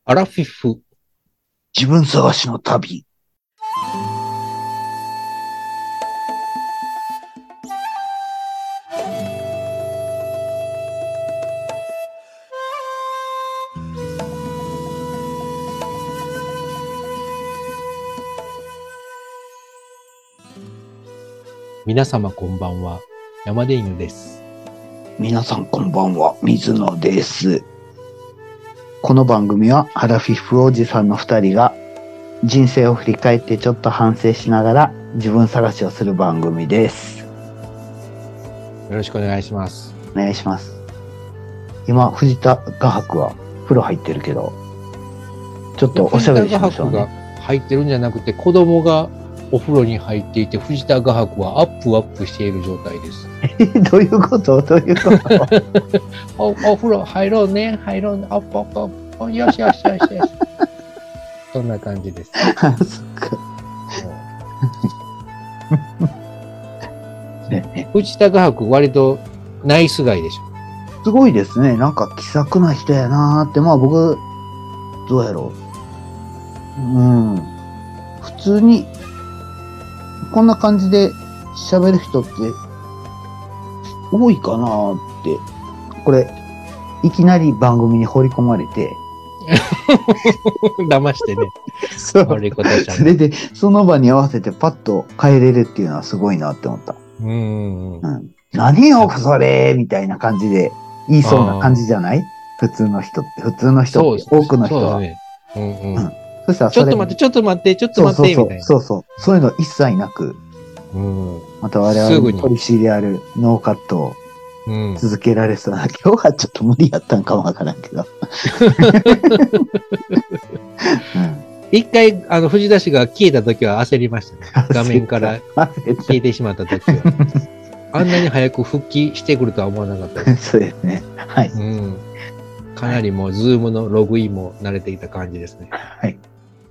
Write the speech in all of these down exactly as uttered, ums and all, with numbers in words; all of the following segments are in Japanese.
アラフィフ。 自分探しの旅。 皆様こんばんは。山出犬です。 皆さんこんばんは。水野です。この番組はアラフィフおじさんの二人が人生を振り返ってちょっと反省しながら自分探しをする番組です。 よろしくお願いします。 お願いします。今、藤田画伯は風呂入ってるけど、ちょっとおしゃべりしましょうね。 藤田画伯が入ってるんじゃなくて、子供がお風呂に入っていて、藤田画伯はアップアップしている状態です。 え、どういうことどういうことお, お風呂入ろうね、入ろうね、アップアップアップ、よしよしよしよし。そんな感じです。 そっか。 藤田画伯、割とナイスガイでしょ。 すごいですね。なんか気さくな人やなーって、まあ僕、どうやろう。うん。普通に、こんな感じで喋る人って多いかなーって。これ、いきなり番組に放り込まれて。 騙してね。 そう。 悪いことしたそれで、その場に合わせてパッと変えれるっていうのはすごいなって思った。 うん、 うん。何よ、それみたいな感じで言いそうな感じじゃない？普通の人って、普通の人って、多くの人は。 そうですね。うんうん。うん、 そしたらちょっと待って、ちょっと待って、ちょっと待って、みたいな。 そうそうそう。そういうの一切なく、うん、また我々のポリシーであるノーカットを続けられそうな、うん、今日はちょっと無理やったんかもわからんけど。 うん、一回、あの、藤田氏が消えた時は焦りましたね。画面から消えてしまった時は。あんなに早く復帰してくるとは思わなかったです。 そうですね。はい。 うん。かなりもう、ズームのログインも慣れていた感じですね。 はい。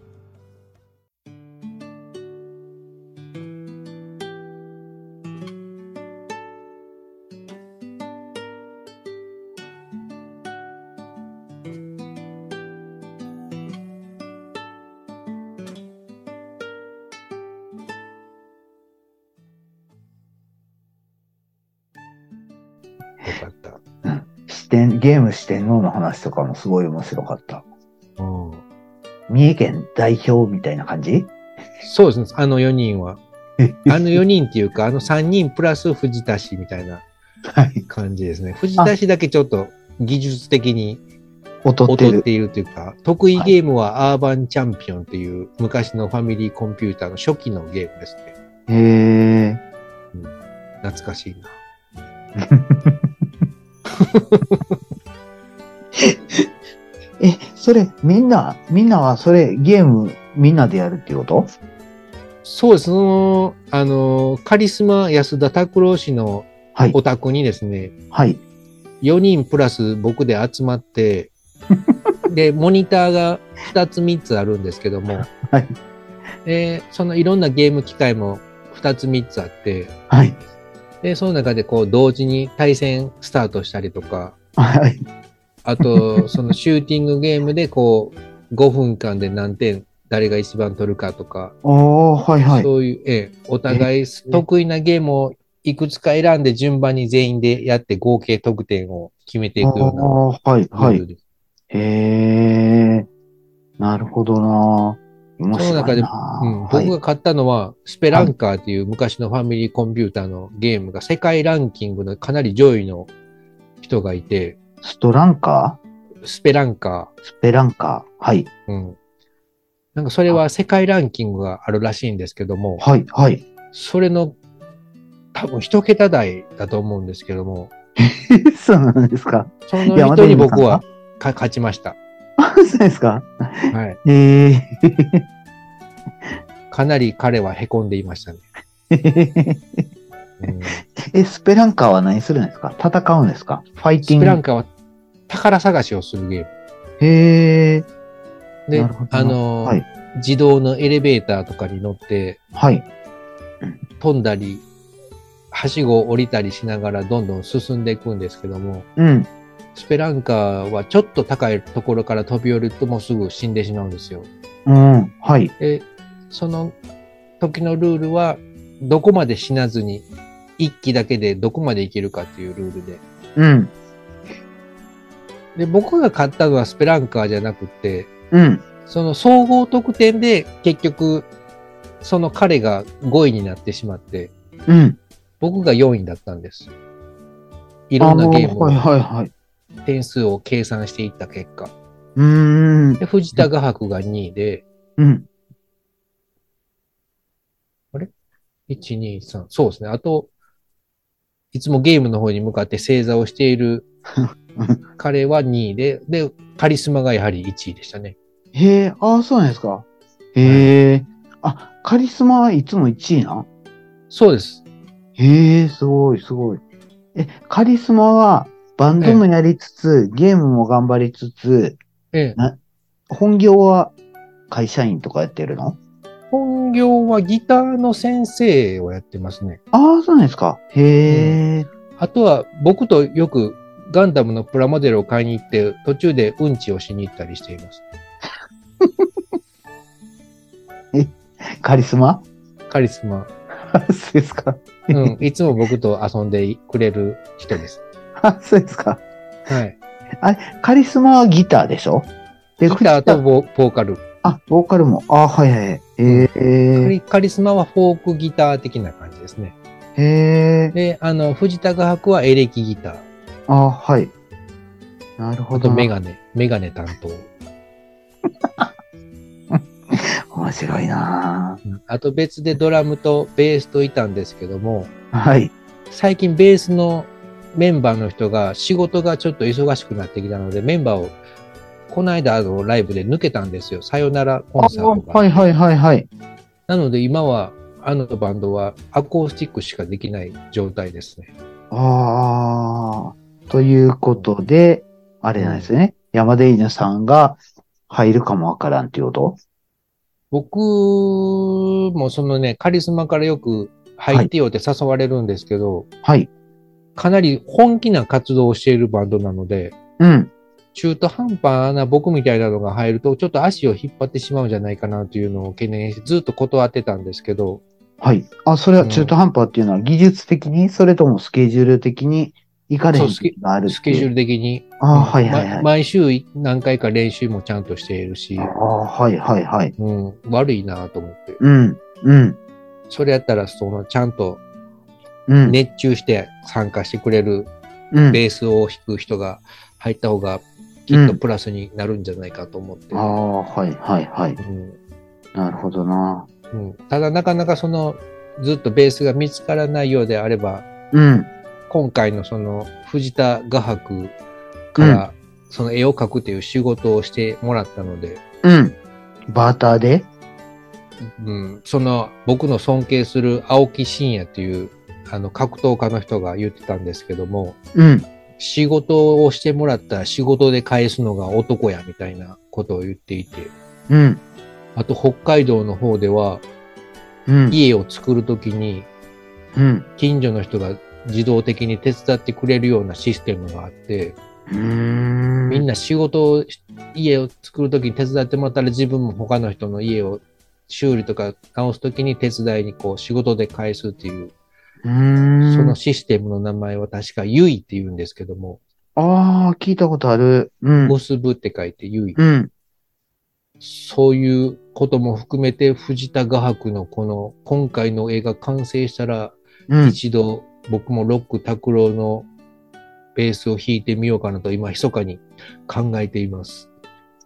よかった。 うん。視点、ゲーム四天王の話とかもすごい面白かった。うん。三重県代表みたいな感じ？ そうですね。あのよにんは。あのよにんっていうか、あのさんにんプラス藤田氏みたいな感じですね。はい、藤田氏だけちょっと技術的に劣っているというか、得意ゲームはアーバンチャンピオンっていう昔のファミリーコンピューターの初期のゲームですね。 へー。 うん、懐かしいな。 え、それ、みんな、みんなはそれ、ゲーム、みんなでやるっていうこと？ そうです。その、あの、カリスマ安田拓郎氏のお宅にですね、 はい。 よにんプラス僕で集まって、で、モニターがふたつみっつあるんですけども、 はい。 で、そのいろんなゲーム機械もふたつみっつあって、 はい。 で、その中でこう同時に対戦スタートしたりとか、 はい。 あと、そのシューティングゲームでこう、ごふんかんで何点、誰が一番取るかとか、 おー、はいはい。 そういう、ええ、お互い得意なゲームをいくつか選んで順番に全員でやって合計得点を決めていくようなはいはい。 ルールです。 へー。なるほどな。面その中で、 白いな、 うん、 はい、 僕が買ったのは、スペランカーっていう昔のファミリーコンピューターのゲームが世界ランキングのかなり上位の人がいて、 ストランカースペランカースペランカーはい。 うん。なんかそれは世界ランキングがあるらしいんですけども、 はい、はい。 それの多分一桁台だと思うんですけども、 そうなんですか。 その人に僕はか勝ちました。 あ、そうですか。 はい。 えー、 かなり彼は凹んでいましたね。 うん、え、スペランカーは何するんですか？戦うんですか？ファイティング。 スペランカーは宝探しをするゲーム。 へー。 で、あの、はい、自動のエレベーターとかに乗って、 はい。 飛んだり、はしごを降りたりしながらどんどん進んでいくんですけども、 うん。 スペランカはちょっと高いところから飛び降りるともうすぐ死んでしまうんですよ。 うん。はい。 で、その時のルールは、どこまで死なずに、一機だけでどこまでいけるかっていうルールで。 うん。 で、僕が買ったのはスペランカーじゃなくて、 うん。 その総合得点で結局、その彼がごいになってしまって、 うん。 僕がよんいだったんです。いろんなゲームはいはいはい。 点数を計算していった結果。 うーん。 で、藤田画伯がにいで、 うん。 あれ ?いち、に、さん。そうですね。あと、いつもゲームの方に向かって正座をしている彼はにいで、で、カリスマがやはりいちいでしたね。 へえ、ああ、そうなんですか。へえ、はい、あ、カリスマはいつもいちいな？ そうです。 へえ、すごい、すごい。え、カリスマはバンドもやりつつ、ええ、ゲームも頑張りつつ、ええ、な本業は会社員とかやってるの？ 本業はギターの先生をやってますね。 ああ、そうなんですか。へえ、うん。 あとは僕とよくガンダムのプラモデルを買いに行って、途中でうんちをしに行ったりしています。 え、カリスマ？ カリスマ。 そうですか。 うん。いつも僕と遊んでくれる人です。 あ、そうですか。 はい。 あれ、カリスマはギターでしょ？ で、ギターとボーカル。 あ、ボーカルも。あ、はいはい。えー、うん、カリ。カリスマはフォークギター的な感じですね。 へえ。 で、あの、藤田画伯はエレキギター。 あ、はい。なるほど。 あとメガネ、メガネ担当。 面白いなぁ。 あと別でドラムとベースといたんですけども、 はい。 最近ベースのメンバーの人が仕事がちょっと忙しくなってきたので、メンバーをこの間のライブで抜けたんですよ。さよならコンサートが。 はいはいはいはい。 なので今はあのバンドはアコースティックしかできない状態ですね。 ああ、ということで、あれなんですね。うん、山田犬さんが入るかもわからんっていうこと？ 僕もそのね、カリスマからよく入ってよって誘われるんですけど、 はい。 かなり本気な活動をしているバンドなので、 うん。 中途半端な僕みたいなのが入ると、ちょっと足を引っ張ってしまうんじゃないかなというのを懸念して、ずっと断ってたんですけど。 はい。あ、それは中途半端っていうのは技術的に、うん、それともスケジュール的に行かれへん時があるっていう？ スケジュール的に。 あ、うん、はいはいはい、 ま。毎週何回か練習もちゃんとしているし。 あ、はいはいはい。 うん。悪いなと思って。 うん。うん。 それやったら、その、ちゃんと、熱中して参加してくれる、ベースを弾く人が入った方が、きっとプラスになるんじゃないかと思って。 うん、ああ、はいはいはい。うん、なるほどな。 うん。ただなかなかその、ずっとベースが見つからないようであれば、 うん。 今回のその、藤田画伯から、その絵を描くという仕事をしてもらったので。 うん。バーターで？ うん。その、僕の尊敬する青木真也っていう、あの、格闘家の人が言ってたんですけども、 うん。 仕事をしてもらったら仕事で返すのが男やみたいなことを言っていて。 うん。 あと、北海道の方では、うん、家を作るときに、うん、近所の人が自動的に手伝ってくれるようなシステムがあって、 うーんみんな仕事を、家を作るときに手伝ってもらったら自分も他の人の家を修理とか直すときに手伝いにこう仕事で返すっていう、 うーんそのシステムの名前は確かユイって言うんですけども。 ああ、聞いたことある。うん。 結ぶって書いてユイ。 うん。 そういうことも含めて藤田画伯のこの今回の映画完成したら、うん、一度僕もロック拓郎のベースを弾いてみようかなと今密かに考えています。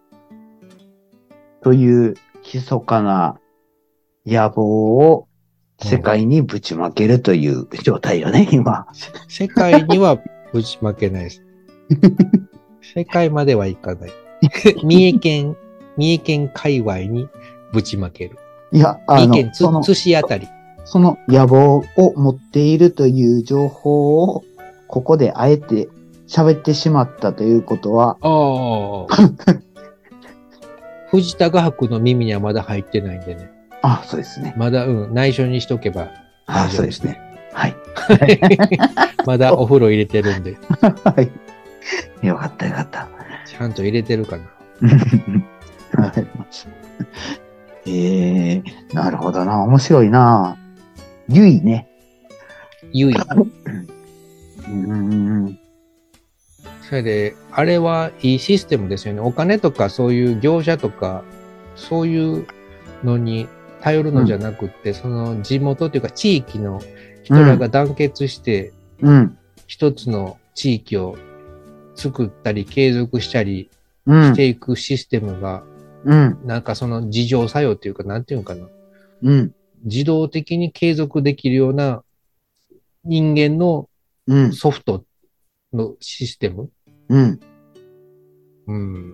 という密かな野望を世界にぶちまけるという状態よね、うん、今。 世界にはぶちまけないです。世界まではいかない。三重県三重県界隈にぶちまける。 いや、あの、 三重県つその津市あたり。 その野望を持っているという情報を、ここであえて喋ってしまったということは。 ああ。藤田画伯の耳にはまだ入ってないんでね。 あ、そうですね。 まだ、うん、内緒にしとけば大丈夫です。あ、そうですね。はい。 まだお風呂入れてるんで。 はい。 よかったよかった。 ちゃんと入れてるかな。 わかりました。ええー、なるほどな。面白いな。ゆいね。 ゆい。 うん。 それで、あれはいいシステムですよね。お金とかそういう業者とか、そういうのに頼るのじゃなくって、うん、その地元というか地域の人らが団結して、うん、一つの地域を作ったり継続したりしていくシステムが、うん、なんかその自浄作用というか、なんていうのかな、うん、自動的に継続できるような人間のソフトのシステム、うん。うん。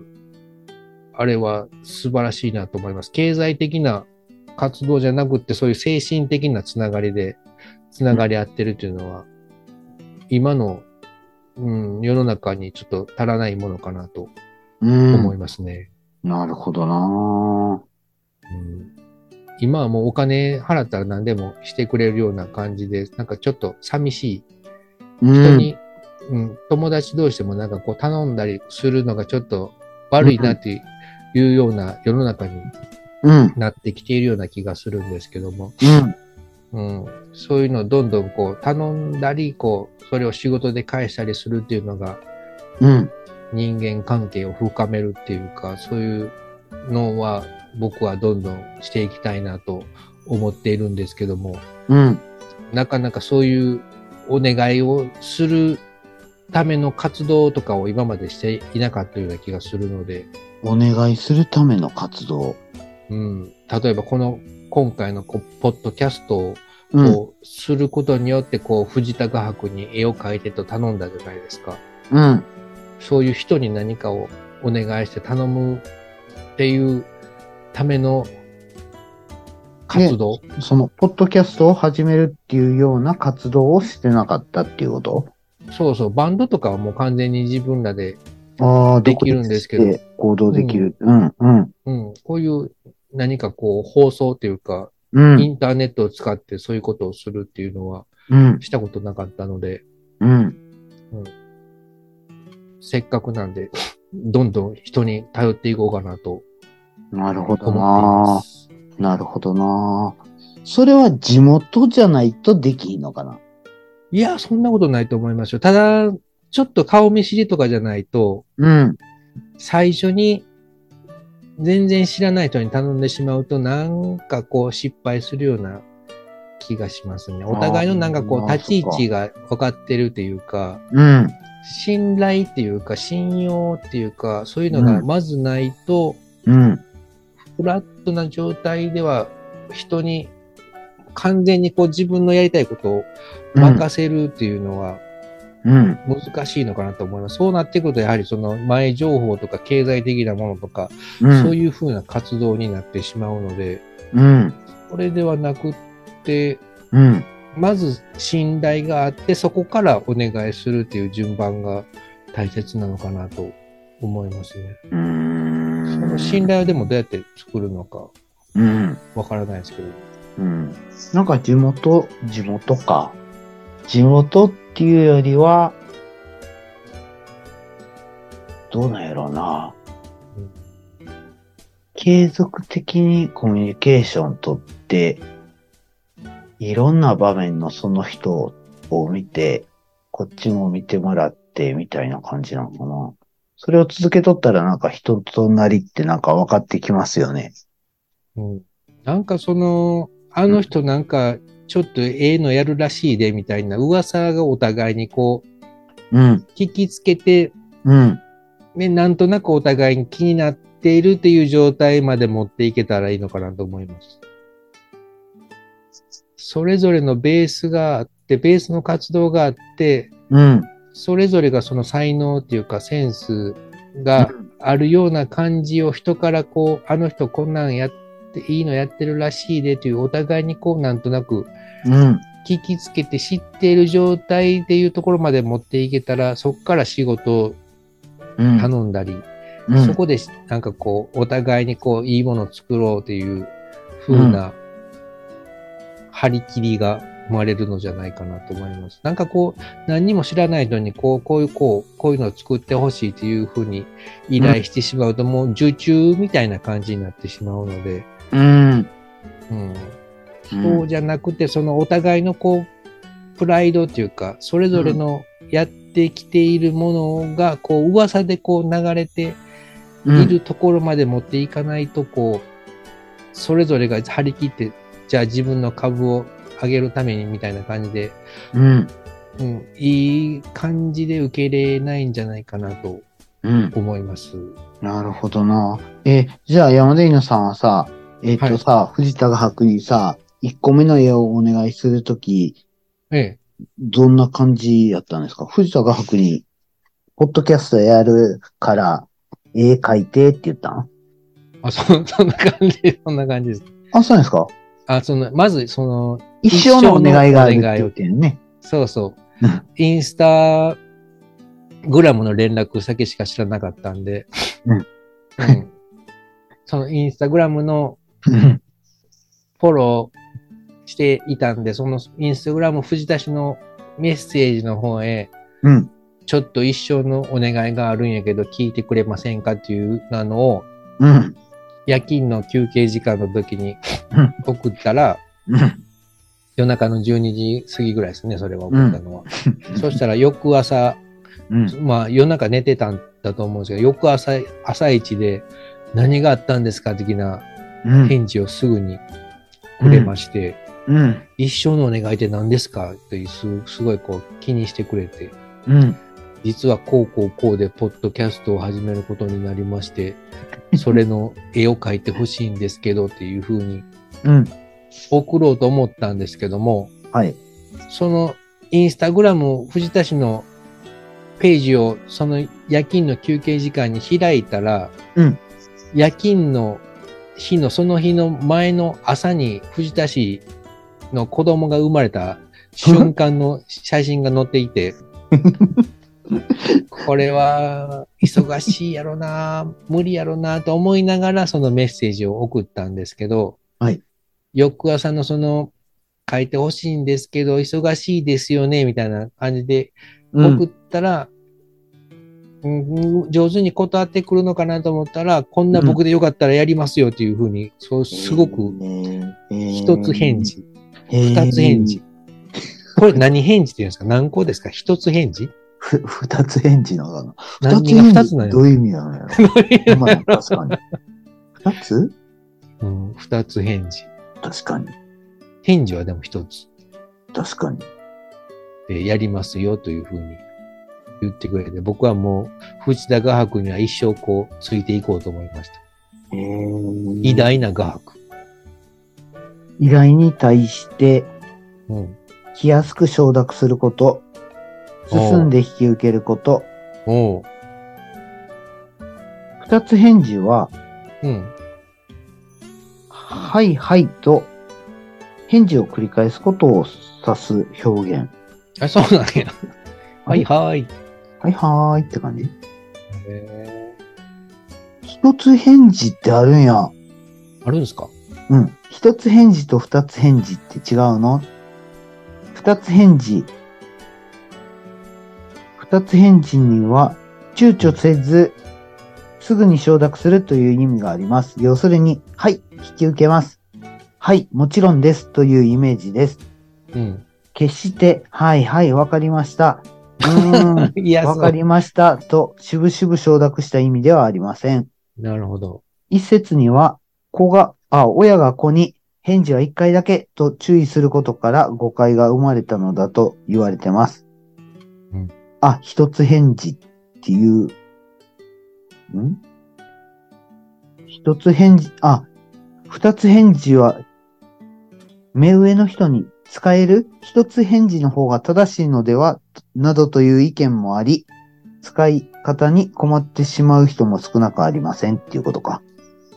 あれは素晴らしいなと思います。経済的な活動じゃなくて、そういう精神的なつながりで、つながり合ってるというのは、今の、うん、世の中にちょっと足らないものかなと思いますね。 うん、なるほどな、 うん。今はもうお金払ったら何でもしてくれるような感じで、なんかちょっと寂しい。人に、うん、うん、友達同士でもなんかこう頼んだりするのがちょっと悪いなっていうような世の中になってきているような気がするんですけども、うんうん、そういうのをどんどんこう頼んだり、こう、それを仕事で返したりするっていうのが、うん、人間関係を深めるっていうか、そういうのは僕はどんどんしていきたいなと思っているんですけども、うん、なかなかそういうお願いをするための活動とかを今までしていなかったような気がするので。 お願いするための活動。 うん。例えばこの、今回のこうポッドキャストをこうすることによって、こう、藤田画伯に絵を描いてと頼んだじゃないですか。うん。そういう人に何かをお願いして頼むっていうための活動、 ね、その、ポッドキャストを始めるっていうような活動をしてなかったっていうこと？ そうそう、バンドとかはもう完全に自分らでできるんですけど。 行動できる。うん、うん。 うん。こういう何かこう放送というか、うん、インターネットを使ってそういうことをするっていうのは、したことなかったので、うん。うん、せっかくなんで、どんどん人に頼っていこうかなと。 なるほどな。なるほどな。それは地元じゃないとできんのかな？ いや、そんなことないと思いますよ。ただ、ちょっと顔見知りとかじゃないと、うん。最初に全然知らない人に頼んでしまうと、なんかこう失敗するような気がしますね。お互いのなんかこう立ち位置が分かってるというか、うん。信頼っていうか、信用っていうか、そういうのがまずないと、うん。フラットな状態では人に完全にこう自分のやりたいことを任せるっていうのは難しいのかなと思います。うん、そうなってくるとやはりその前情報とか経済的なものとか、うん、そういうふうな活動になってしまうので、うん、それではなくって、うん、まず信頼があってそこからお願いするっていう順番が大切なのかなと思いますね。うーん、その信頼はでもどうやって作るのかわからないですけど。 うん。なんか地元、地元か。地元っていうよりは、どうなんやろうな。うん、継続的にコミュニケーションとって、いろんな場面のその人を見て、こっちも見てもらってみたいな感じなのかな。それを続けとったらなんか人となりってなんか分かってきますよね。 うん。なんかその、あの人なんかちょっとええのやるらしいでみたいな噂がお互いにこう、うん、聞きつけて、うん、ね、なんとなくお互いに気になっているっていう状態まで持っていけたらいいのかなと思います。それぞれのベースがあって、ベースの活動があって、うん、それぞれがその才能っていうかセンスがあるような感じを人からこう、あの人こんなんやっていいのやってるらしいでというお互いにこうなんとなく聞きつけて知っている状態っていうところまで持っていけたら、そこから仕事を頼んだり、うん、そこでなんかこうお互いにこういいものを作ろうという風な張り切りが生まれるのじゃないかなと思います。なんかこう、何にも知らないのに、こう、こういう、こう、こういうのを作ってほしいというふうに依頼してしまうと、うん、もう受注みたいな感じになってしまうので、 うん。 うん。そうじゃなくて、そのお互いのこう、プライドというか、それぞれのやってきているものが、こう、噂でこう流れているところまで持っていかないと、こう、それぞれが張り切って、じゃあ自分の株を上げるためにみたいな感じで、 うん。 うん、いい感じで受け入れないんじゃないかなと思います。うん、 なるほどな。え、じゃあ山田犬さんはさ、えっとさ、はい、藤田博にさ、いっこめの絵をお願いするとき、 ええ、 どんな感じやったんですか？藤田博に、ポッドキャストやるから、絵描いてって言ったん？ あ、そ、そんな感じ、そんな感じです。 あ、そうですか？ あ、その、まず、その、 一生のお願いがあるって言ってるね。 そうそう。インスタグラムの連絡先しか知らなかったんで、うんうん、そのインスタグラムのフォローしていたんで、そのインスタグラム藤田氏のメッセージの方へ、うん、ちょっと一生のお願いがあるんやけど聞いてくれませんかっていうのを、うん、夜勤の休憩時間の時に送ったら、うん、夜中のじゅうにじ過ぎぐらいですね、それは送ったのは。うん、そしたら翌朝、うん、まあ夜中寝てたんだと思うんですけど、翌朝、朝一で何があったんですか的な返事をすぐにくれまして、うんうん、一生のお願いって何ですかってす、すごいこう気にしてくれて、うん、実はこうこうこうでポッドキャストを始めることになりまして、それの絵を描いてほしいんですけどっていうふうに送ろうと思ったんですけども、はい、そのインスタグラム藤田氏のページをその夜勤の休憩時間に開いたら、うん、夜勤の日のその日の前の朝に藤田氏の子供が生まれた瞬間の写真が載っていて、これは忙しいやろな、無理やろなと思いながらそのメッセージを送ったんですけど、はい、翌朝のその書いてほしいんですけど忙しいですよねみたいな感じで送ったら、うんうん、上手に断ってくるのかなと思ったら、こんな僕でよかったらやりますよっていうふうに、そうすごく一つ返事、二つ返事。これ何返事って言うんですか？何個ですか？一つ返事？ ふ、二つ返事なのかな？ 何が二つなの？ どういう意味なのやろ？まあ、確かに。二つ？ うん、二つ返事。 確かに。 返事はでも一つ。 確かに。 で、やりますよというふうに言ってくれて、僕はもう藤田画伯には一生こうついていこうと思いました。へー、偉大な画伯。 依頼に対して、うん、気安く承諾すること、進んで引き受けること。おう。二つ返事は、うん、はいはいと返事を繰り返すことを指す表現。 あ、そうなんや。はいはい。 はいはーいって感じ？へー。一つ返事ってあるんや。 あるんですか？ うん。一つ返事と二つ返事って違うの？二つ返事。二つ返事には躊躇せず、すぐに承諾するという意味があります。要するに、はい、引き受けます。はい、もちろんですというイメージです。うん。決して、はいはい、わかりました。うーん、わかりましたと、しぶしぶ承諾した意味ではありません。 なるほど。 一説には、子が、あ、親が子に返事は一回だけと注意することから誤解が生まれたのだと言われてます。うん、あ、一つ返事っていう、ん一つ返事、あ、二つ返事は、目上の人に使える一つ返事の方が正しいのではなどという意見もあり、使い方に困ってしまう人も少なくありませんっていうことか。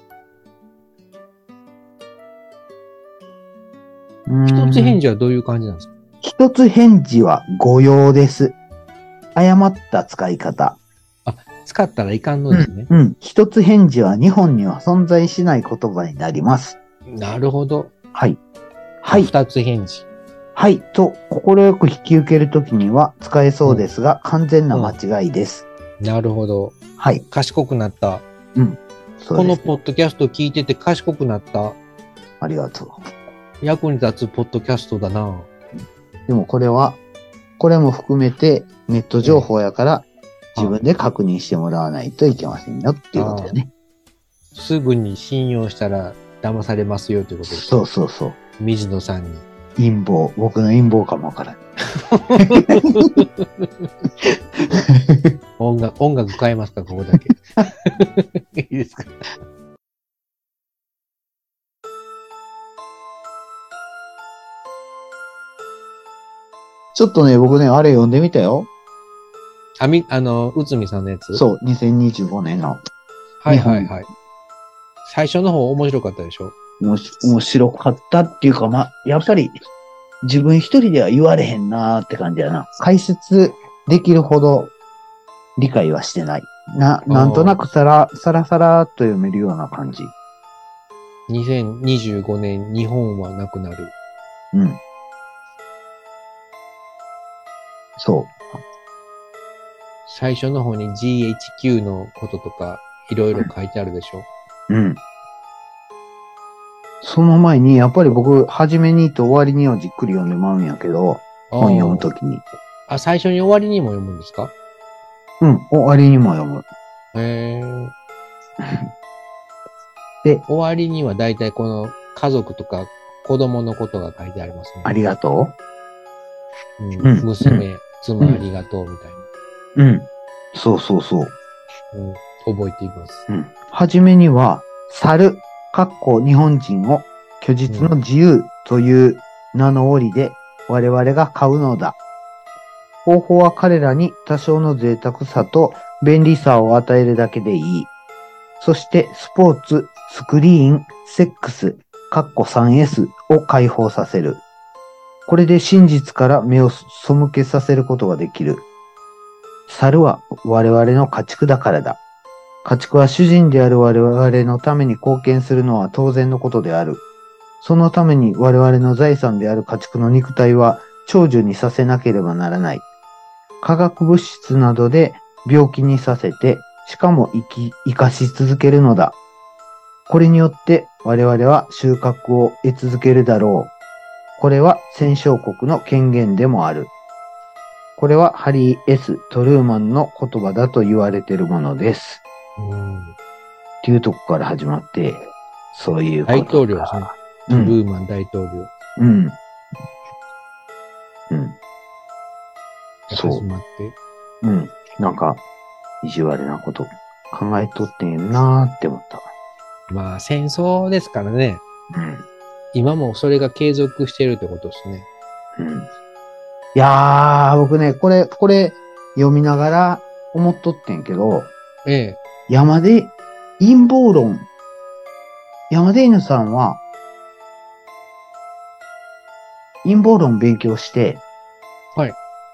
一つ返事はどういう感じなんですか？ 一つ返事は誤用です。誤った使い方。 あ、使ったらいかんのですね。 うん、うん。一つ返事は日本には存在しない言葉になります。 なるほど。 はい。はい。 二つ返事。 はい、と、快く引き受けるときには使えそうですが、うん、完全な間違いです、 うん。なるほど。 はい。 賢くなった。 うん。 このポッドキャスト聞いてて賢くなった。 ありがとう。 役に立つポッドキャストだな。 でもこれは、これも含めてネット情報やから、自分で確認してもらわないといけませんよっていうことだよね。 すぐに信用したら騙されますよということです。 そうそうそう。 水野さんに。 陰謀。僕の陰謀かもわからない。 音楽、音楽変えますか、ここだけ。いいですか。 ちょっとね、僕ね、あれ読んでみたよ。 あみ、あの、内海さんのやつ？ そう、にせんにじゅうごねんの。 はいはいはい。最初の方面白かったでしょ？ 面白かったっていうか、ま、やっぱり自分一人では言われへんなーって感じやな。解説できるほど理解はしてない。な、なんとなくさら、さらさらっと読めるような感じ。 にせんにじゅうごねん、日本はなくなる。 うん。そう。 最初の方に ジーエイチキュー のこととか、いろいろ書いてあるでしょ？ うん。その前に、やっぱり僕、初めにと終わりにはじっくり読んでまうんやけど、本読むときに。 あ、最初に終わりにも読むんですか？ うん、終わりにも読む。 へー。 で、 終わりにはだいたいこの家族とか子供のことが書いてありますね。 ありがとう。うん、娘、うん、妻ありがとうみたいな。うん。そうそうそう。 うん、覚えています。 うん。はじめには、猿、かっこ日本人を虚実の自由という名の折で我々が買うのだ。方法は彼らに多少の贅沢さと便利さを与えるだけでいい。そしてスポーツ、スクリーン、セックス、かっこ スリーエス を解放させる。これで真実から目を背けさせることができる。猿は我々の家畜だからだ。家畜は主人である我々のために貢献するのは当然のことである。そのために我々の財産である家畜の肉体は長寿にさせなければならない。化学物質などで病気にさせて、しかも生き、生かし続けるのだ。これによって我々は収穫を得続けるだろう。これは戦勝国の権限でもある。これはハリー・ S ・トルーマンの言葉だと言われているものです。うんっていうとこから始まって、そういうこと。 大統領ですね。トルーマン大統領。 うん。うん。 始まって。 うん。なんか、意地悪なこと考えとってんなーって思った。 まあ、戦争ですからね。うん。今もそれが継続してるってことですね。 うん。いやー、僕ね、これ、これ読みながら思っとってんけど、 ええ。 山で陰謀論。山出犬さんは、陰謀論勉強して、 はい。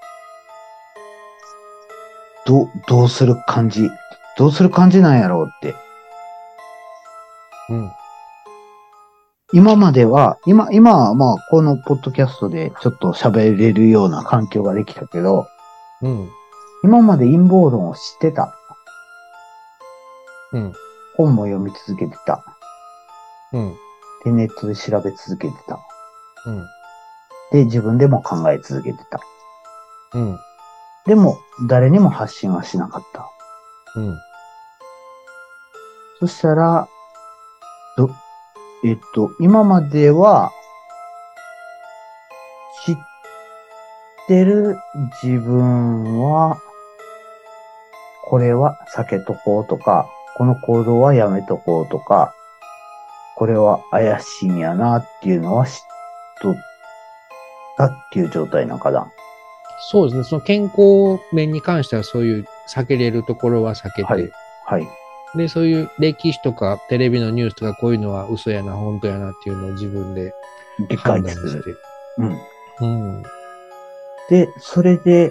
ど、どうする感じどうする感じなんやろうって。 うん。 今までは、今、今はまあ、このポッドキャストでちょっと喋れるような環境ができたけど、 うん。 今まで陰謀論を知ってた。 うん。 本も読み続けてた。 うん。 で、ネットで調べ続けてた。 うん。 で、自分でも考え続けてた。 うん。 でも、誰にも発信はしなかった。 うん。 そしたら、ど、えっと、今までは、知ってる自分は、これは避けとこうとか、この行動はやめとこうとか、これは怪しいんやなっていうのは知っとったっていう状態なんかな。 そうですね。その健康面に関してはそういう避けれるところは避けて。 はい。はい。 で、そういう歴史とかテレビのニュースとかこういうのは嘘やな、本当やなっていうのを自分で判断して。 うん。 うん。 で、それで、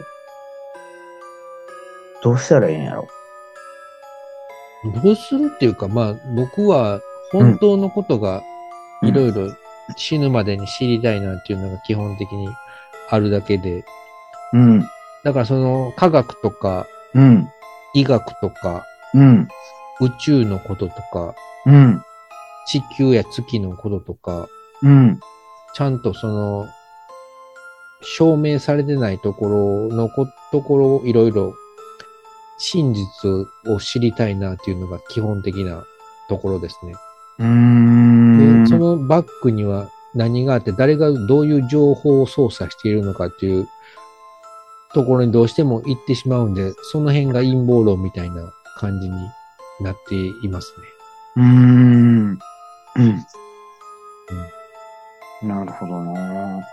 どうしたらいいんやろ。 どうするっていうか、まあ僕は本当のことがいろいろ死ぬまでに知りたいなっていうのが基本的にあるだけで、 うん。 だからその科学とかうん。 医学とかうん。 宇宙のこととかうん。 地球や月のこととか、 うん。 ちゃんとその証明されてないところのこところをいろいろ真実を知りたいなっていうのが基本的なところですね。 うーん。 で、そのバックには何があって、誰がどういう情報を操作しているのかっていうところにどうしても行ってしまうんで、その辺が陰謀論みたいな感じになっていますね。 うーん。うん。なるほどな。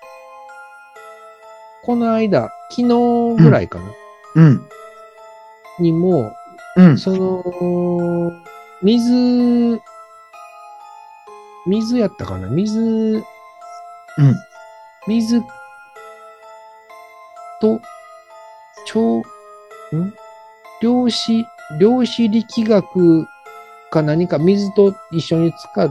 この間、昨日ぐらいかな、 うん。 にも、 うん。 その、水、水やったかな水、 うん。 水と、超、ん量子、量子力学か何か水と一緒に使って、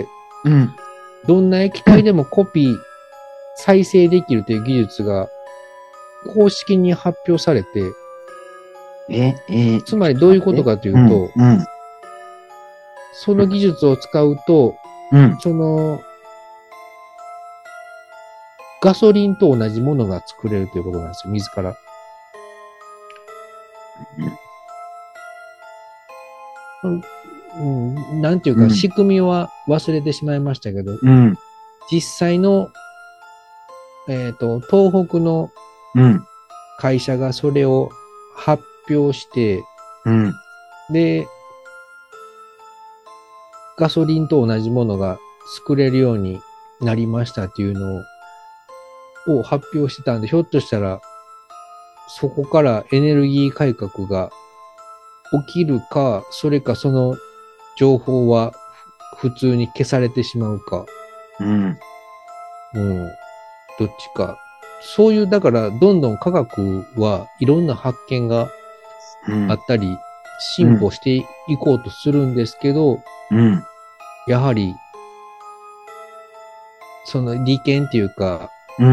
うん。 どんな液体でもコピー、再生できるという技術が公式に発表されて、 え、え、 つまりどういうことかというと、 うん。うん。 その技術を使うと、 うん。 その、ガソリンと同じものが作れるということなんですよ、水から。うん、なんていうか、仕組みは忘れてしまいましたけど、 うん。 実際の、えっと、東北のうん。 会社がそれを発表して、 うん。 で、ガソリンと同じものが作れるようになりましたっていうのをを発表してたんで、ひょっとしたら、そこからエネルギー改革が起きるか、それかその情報は普通に消されてしまうか、 うん。 うん、どっちか。そういう、だから、どんどん科学はいろんな発見があったり、進歩していこうとするんですけど、 うん。 やはり、その利権っていうか、 うん。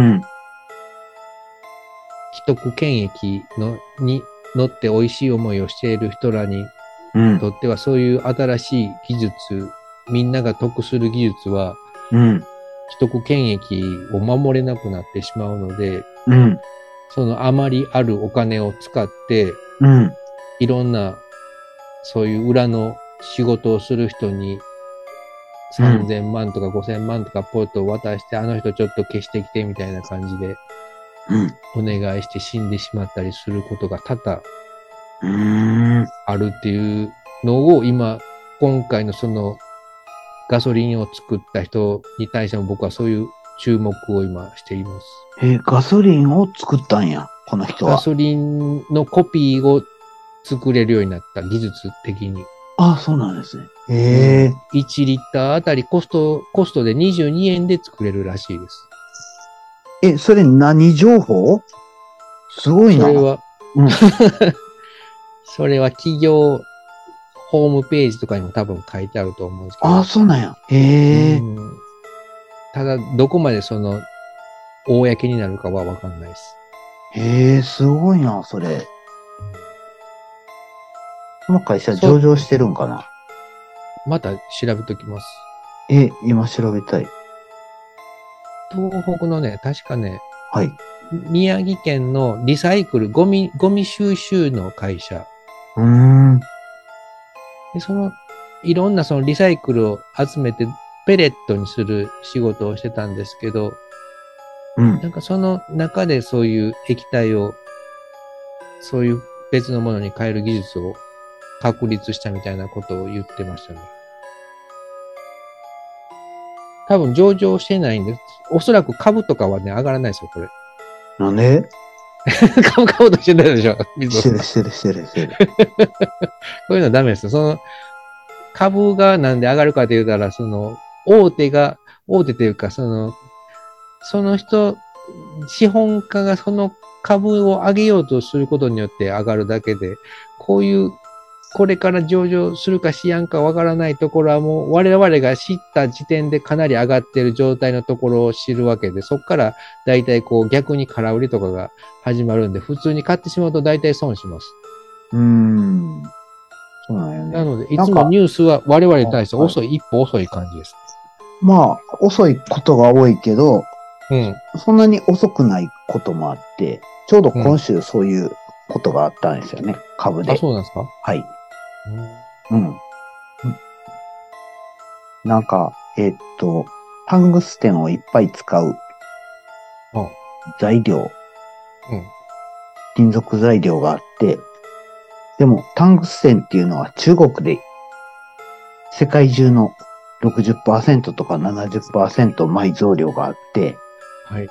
既得権益のに乗って美味しい思いをしている人らにうん。 とっては、そういう新しい技術、みんなが得する技術は、 うん。 既得権益を守れなくなってしまうので、 うん。 そのあまりあるお金を使って、 うん。 いろんな、そういう裏の仕事をする人に、さんぜんまんとかごせんまんとかポッと渡して、あの人ちょっと消してきてみたいな感じで、お願いして死んでしまったりすることが多々あるっていうのを今、今回のそのガソリンを作った人に対しても僕はそういう注目を今しています。 えーガソリンを作ったんや、この人は。 ガソリンのコピーを作れるようになった技術的に。 あ、そうなんですね。へえ。 いちリッターあたりコスト、コストでにじゅうにえんで作れるらしいです。 え、それ何情報すごいな。 それは、 うん、 それは企業ホームページとかにも多分書いてあると思うんですけど。 あ、そうなんや。へえ。 うんただ、どこまでその、公になるかはわかんないです。 へえ、すごいな、それ。この会社上場してるんかな。 また調べときます。 え、今調べたい。 東北のね、確かね、 はい。 宮城県のリサイクル、ゴミ、ゴミ収集の会社。 うーん。 で、その、いろんなそのリサイクルを集めて、ペレットにする仕事をしてたんですけど、 うん。 なんかその中でそういう液体を、そういう別のものに変える技術を確立したみたいなことを言ってましたね。多分上場してないんです。おそらく株とかはね、上がらないですよ、これ。 なんで株買おうとしてないでしょ、水してる、 野さん。 してる、してる、してる。 こういうのはダメですよ。その、株がなんで上がるかというたら、その、大手が、大手というか、その、その人、資本家がその株を上げようとすることによって上がるだけで、こういうこれから上場するかしやんかわからないところはもう我々が知った時点でかなり上がっている状態のところを知るわけで、そこから大体こう逆に空売りとかが始まるんで、普通に買ってしまうと大体損します。 うーん。そうなんよね。 なので、いつもニュースは我々に対して遅い、一歩遅い感じです。 まあ、遅いことが多いけど、 うん。 そんなに遅くないこともあって、ちょうど今週そういうことがあったんですよね、うん、株で。 あ、そうなんですか？ はい。うん。うん。なんか、えー、っと、タングステンをいっぱい使う材料、うん、金属材料があって、でもタングステンっていうのは中国で世界中の ろくじゅっパーセント とか ななじゅっパーセント 埋蔵量があって、はい。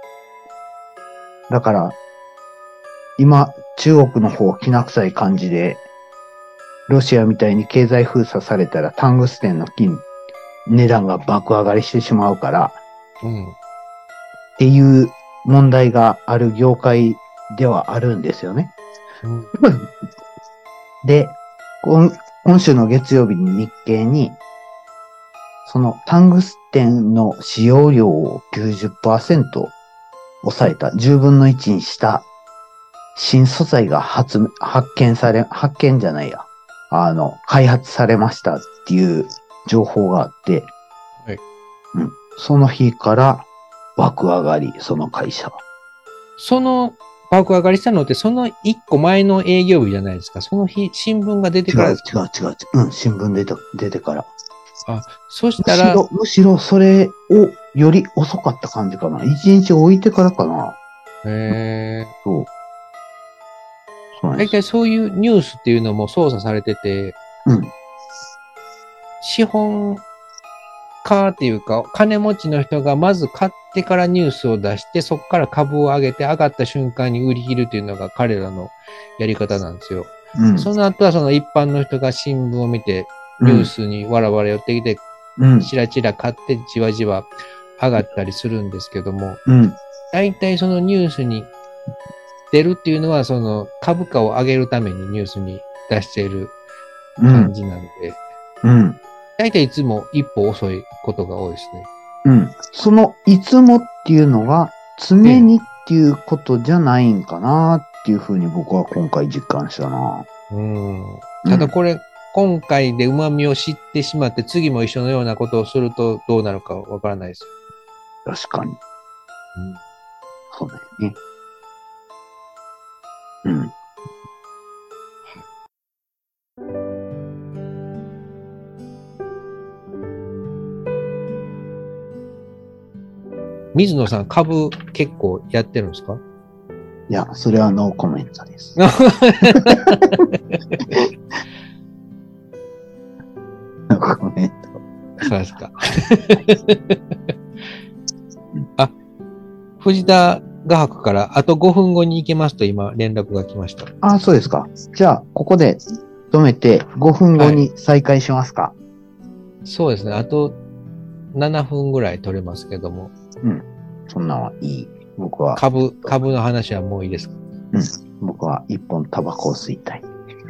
だから、今、中国の方、きな臭い感じで、ロシアみたいに経済封鎖されたら、タングステンの金、値段が爆上がりしてしまうから、うん、っていう問題がある業界ではあるんですよね。うん、で今、今週の月曜日に日経に、そのタングステンの使用量を きゅうじゅっパーセント 抑えた、じゅうぶんのいちにした新素材が発、発見され、発見じゃないや、あの、開発されましたっていう情報があって、はい。うん。その日から爆上がり、その会社は。 その爆上がりしたのって、その一個前の営業日じゃないですか。その日、新聞が出てからですか？ 違う違う違う。うん、新聞出て、出てから。 あ、そしたら。 むしろ、むしろそれをより遅かった感じかな。一日置いてからかな。 へー。 そう。 大体そういうニュースっていうのも操作されてて、うん、資本家っていうか、金持ちの人がまず買ってからニュースを出して、そこから株を上げて、上がった瞬間に売り切るっていうのが彼らのやり方なんですよ。うん、その後はその一般の人が新聞を見て、ニュースにわらわら寄ってきて、うん、チラチラ買ってじわじわ上がったりするんですけども、うん、大体そのニュースに出るっていうのは、その株価を上げるためにニュースに出している感じなので、うん。大体いつも一歩遅いことが多いですね。 うん。そのいつもっていうのは、常にっていうことじゃないんかなっていうふうに僕は今回実感したな。 うん。ただこれ、うん、今回で旨味を知ってしまって、次も一緒のようなことをするとどうなるかわからないです。 確かに。うん。そうだよね。うん。 水野さん、株結構やってるんですか？ いや、それはノーコメントです。ノーコメント。 そうですか。あ、藤田画伯からあとごふんごに行けますと今連絡が来ました。 あ、そうですか。じゃあ、ここで止めてごふんごに再開しますか。はい、 そうですね。あとななふんぐらい取れますけども。 うん。そんなんはいい。僕は。 株、株の話はもういいですか？ うん。僕は一本タバコを吸いたい。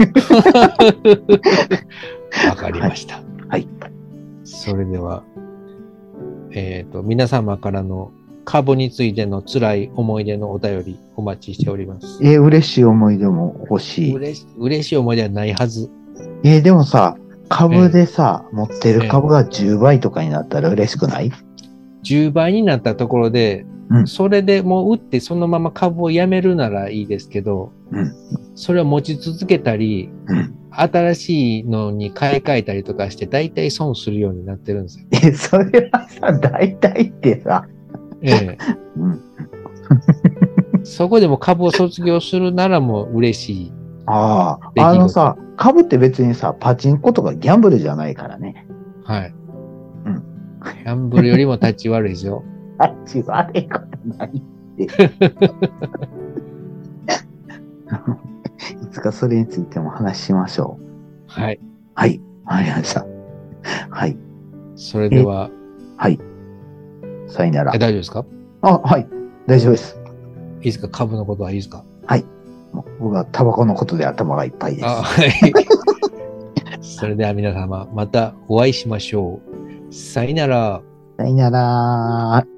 わかりました。はい。はい、それでは、えっと、皆様からの株についての辛い思い出のお便りお待ちしております。 えー、嬉しい思い出も欲しい。 嬉し、嬉しい思い出はないはず。 えー、でもさ、株でさ、えー、持ってる株がじゅうばいとかになったら嬉しくない？ じゅうばいになったところで、うん、それでもう売ってそのまま株をやめるならいいですけど、うん、それを持ち続けたり、うん、新しいのに買い替えたりとかして大体損するようになってるんですよ。 え、それはさ、大体ってさ、ええうん、そこでも株を卒業するならもう嬉しい。 ああ、あのさ、株って別にさ、パチンコとかギャンブルじゃないからね。 はい。うん。ギャンブルよりも立ち悪いですよ。 立ち悪いことないって。いつかそれについても話しましょう。 はい。 はい。わかりました。はい。 それでは。 はい。さよなら。 え、大丈夫ですか？ あ、はい。大丈夫です。 いいですか？株のことはいいですか？ はい。僕はタバコのことで頭がいっぱいです。 あ、はい。 それでは皆様、またお会いしましょう。さよなら。 さよなら。